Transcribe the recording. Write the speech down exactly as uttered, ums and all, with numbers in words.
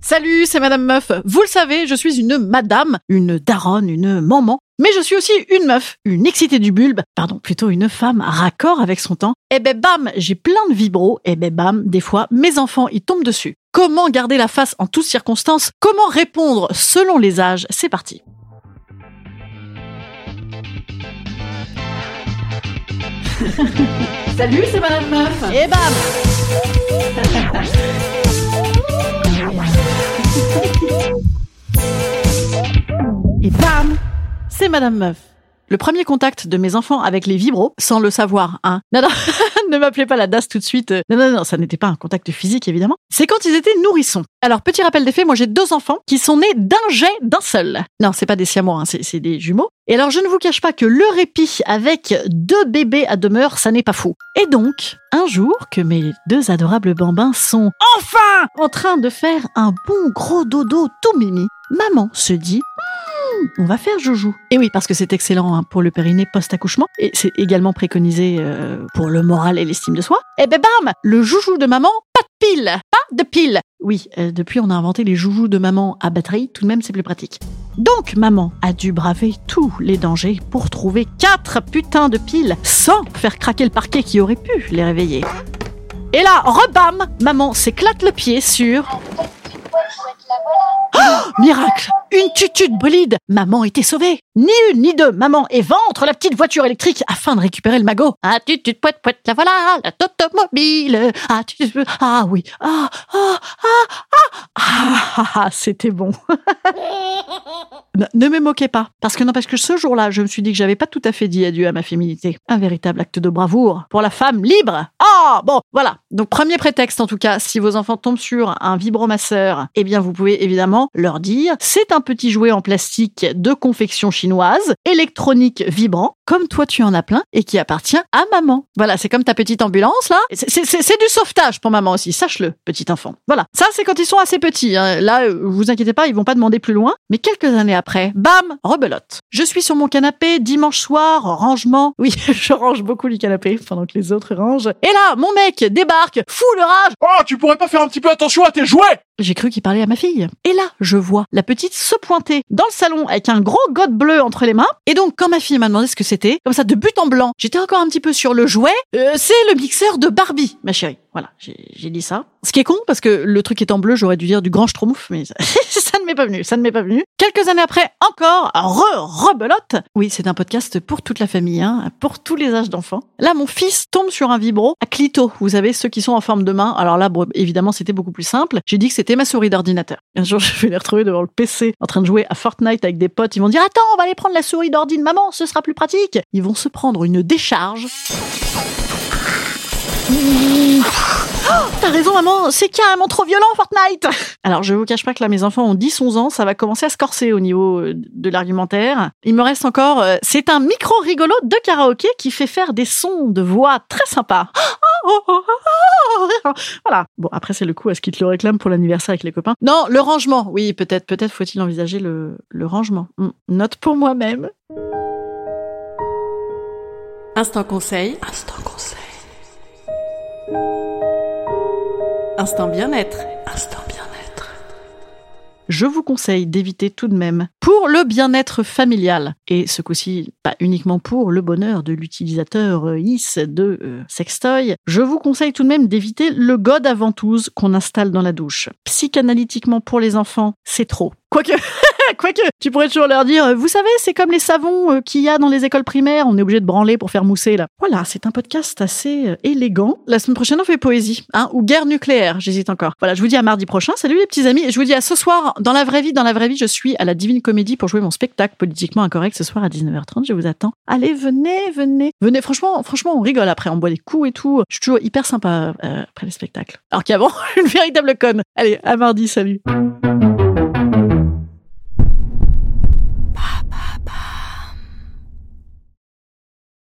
Salut, c'est Madame Meuf. Vous le savez, je suis une madame, une daronne, une maman. Mais je suis aussi une meuf, une excitée du bulbe, pardon, plutôt une femme raccord avec son temps. Et ben bam, j'ai plein de vibros, et ben bam, des fois, mes enfants y tombent dessus. Comment garder la face en toutes circonstances? Comment répondre selon les âges? C'est parti. Salut, c'est Madame Meuf. Et bam. Et bam, c'est Madame Meuf. Le premier contact de mes enfants avec les vibros, sans le savoir, hein. Non, non, ne m'appelez pas la D A S tout de suite. Non, non, non, ça n'était pas un contact physique, évidemment. C'est quand ils étaient nourrissons. Alors, petit rappel des faits, moi j'ai deux enfants qui sont nés d'un jet d'un seul. Non, c'est pas des siamois, hein, c'est, c'est des jumeaux. Et alors, je ne vous cache pas que le répit avec deux bébés à demeure, ça n'est pas fou. Et donc, un jour, que mes deux adorables bambins sont enfin en train de faire un bon gros dodo tout mimi, maman se dit... on va faire joujou. Et oui, parce que c'est excellent hein, pour le périnée post-accouchement, et c'est également préconisé euh, pour le moral et l'estime de soi. Et ben bam, le joujou de maman, pas de pile, pas de pile. Oui, euh, depuis on a inventé les joujous de maman à batterie, tout de même c'est plus pratique. Donc maman a dû braver tous les dangers pour trouver quatre putains de piles sans faire craquer le parquet qui aurait pu les réveiller. Et là, rebam, maman s'éclate le pied sur... Oh, miracle! Une tutu de bolide! Maman était sauvée! Ni une ni deux, maman éventre la petite voiture électrique afin de récupérer le magot. Ah, tutu de poète poète, la voilà, la automobile! Ah, tu ah oui! Ah, ah, ah, ah, ah, ah, c'était bon! Ne, ne me moquez pas, parce que non, parce que ce jour-là, je me suis dit que j'avais pas tout à fait dit adieu à ma féminité. Un véritable acte de bravoure pour la femme libre. Ah, bon, voilà. Donc, premier prétexte, en tout cas, si vos enfants tombent sur un vibromasseur, eh bien, vous pouvez évidemment leur dire, c'est un petit jouet en plastique de confection chinoise, électronique vibrant, comme toi tu en as plein, et qui appartient à maman. Voilà, c'est comme ta petite ambulance, là. C'est, c'est, c'est, c'est du sauvetage pour maman aussi, sache-le, petit enfant. Voilà. Ça, c'est quand ils sont assez petits, hein. Là, vous inquiétez pas, ils vont pas demander plus loin. Mais quelques années après, bam, rebelote. Je suis sur mon canapé, dimanche soir, rangement. Oui, je range beaucoup le canapé, pendant que les autres rangent. Et là, mon mec débarque, fou de rage. Oh, tu pourrais pas faire un petit peu attention à tes jouets? J'ai cru qu'il parlait à ma fille. Et là, je vois la petite se pointer dans le salon avec un gros godet bleu entre les mains. Et donc, quand ma fille m'a demandé ce que c'était, comme ça, de but en blanc, j'étais encore un petit peu sur le jouet. Euh, c'est le mixeur de Barbie, ma chérie. Voilà, j'ai, j'ai dit ça. Ce qui est con, parce que le truc est en bleu, j'aurais dû dire du grand schtroumpf, mais ça, ça ne m'est pas venu, ça ne m'est pas venu. Quelques années après, encore, re, rebelote. Oui, c'est un podcast pour toute la famille, hein, pour tous les âges d'enfants. Là, mon fils tombe sur un vibro à clito. Vous savez, ceux qui sont en forme de main. Alors là, bon, évidemment, c'était beaucoup plus simple. J'ai dit que c'était ma souris d'ordinateur. Un jour, je vais les retrouver devant le P C, en train de jouer à Fortnite avec des potes. Ils vont dire, attends, on va aller prendre la souris d'ordi de maman, ce sera plus pratique. Ils vont se prendre une décharge. Oh, t'as raison maman, c'est carrément trop violent Fortnite. Alors je vous cache pas que là mes enfants ont dix onze ans, ça va commencer à se corser au niveau de l'argumentaire. Il me reste encore, euh, c'est un micro rigolo de karaoké qui fait faire des sons de voix très sympas. Voilà. Bon après c'est le coup, est-ce qu'ils te le réclament pour l'anniversaire avec les copains? Non, le rangement, oui peut-être, peut-être faut-il envisager le, le rangement. Note pour moi-même. Instant conseil. Instant conseil. Instant bien-être. Instant bien-être. Je vous conseille d'éviter tout de même, pour le bien-être familial, et ce coup-ci, pas uniquement pour le bonheur de l'utilisateur euh, I S de euh, sextoy, je vous conseille tout de même d'éviter le god à ventouse qu'on installe dans la douche. Psychanalytiquement pour les enfants, c'est trop. Quoique... Quoique, tu pourrais toujours leur dire, vous savez, c'est comme les savons qu'il y a dans les écoles primaires, on est obligé de branler pour faire mousser, là. Voilà, c'est un podcast assez élégant. La semaine prochaine, on fait poésie, hein, ou guerre nucléaire, j'hésite encore. Voilà, je vous dis à mardi prochain, salut les petits amis, et je vous dis à ce soir, dans la vraie vie, dans la vraie vie, je suis à la Divine Comédie pour jouer mon spectacle politiquement incorrect ce soir à dix-neuf heures trente, je vous attends. Allez, venez, venez, venez, franchement, franchement, on rigole après, on boit des coups et tout, je suis toujours hyper sympa euh, après les spectacles. Alors qu'avant, une véritable conne. Allez, à mardi, salut.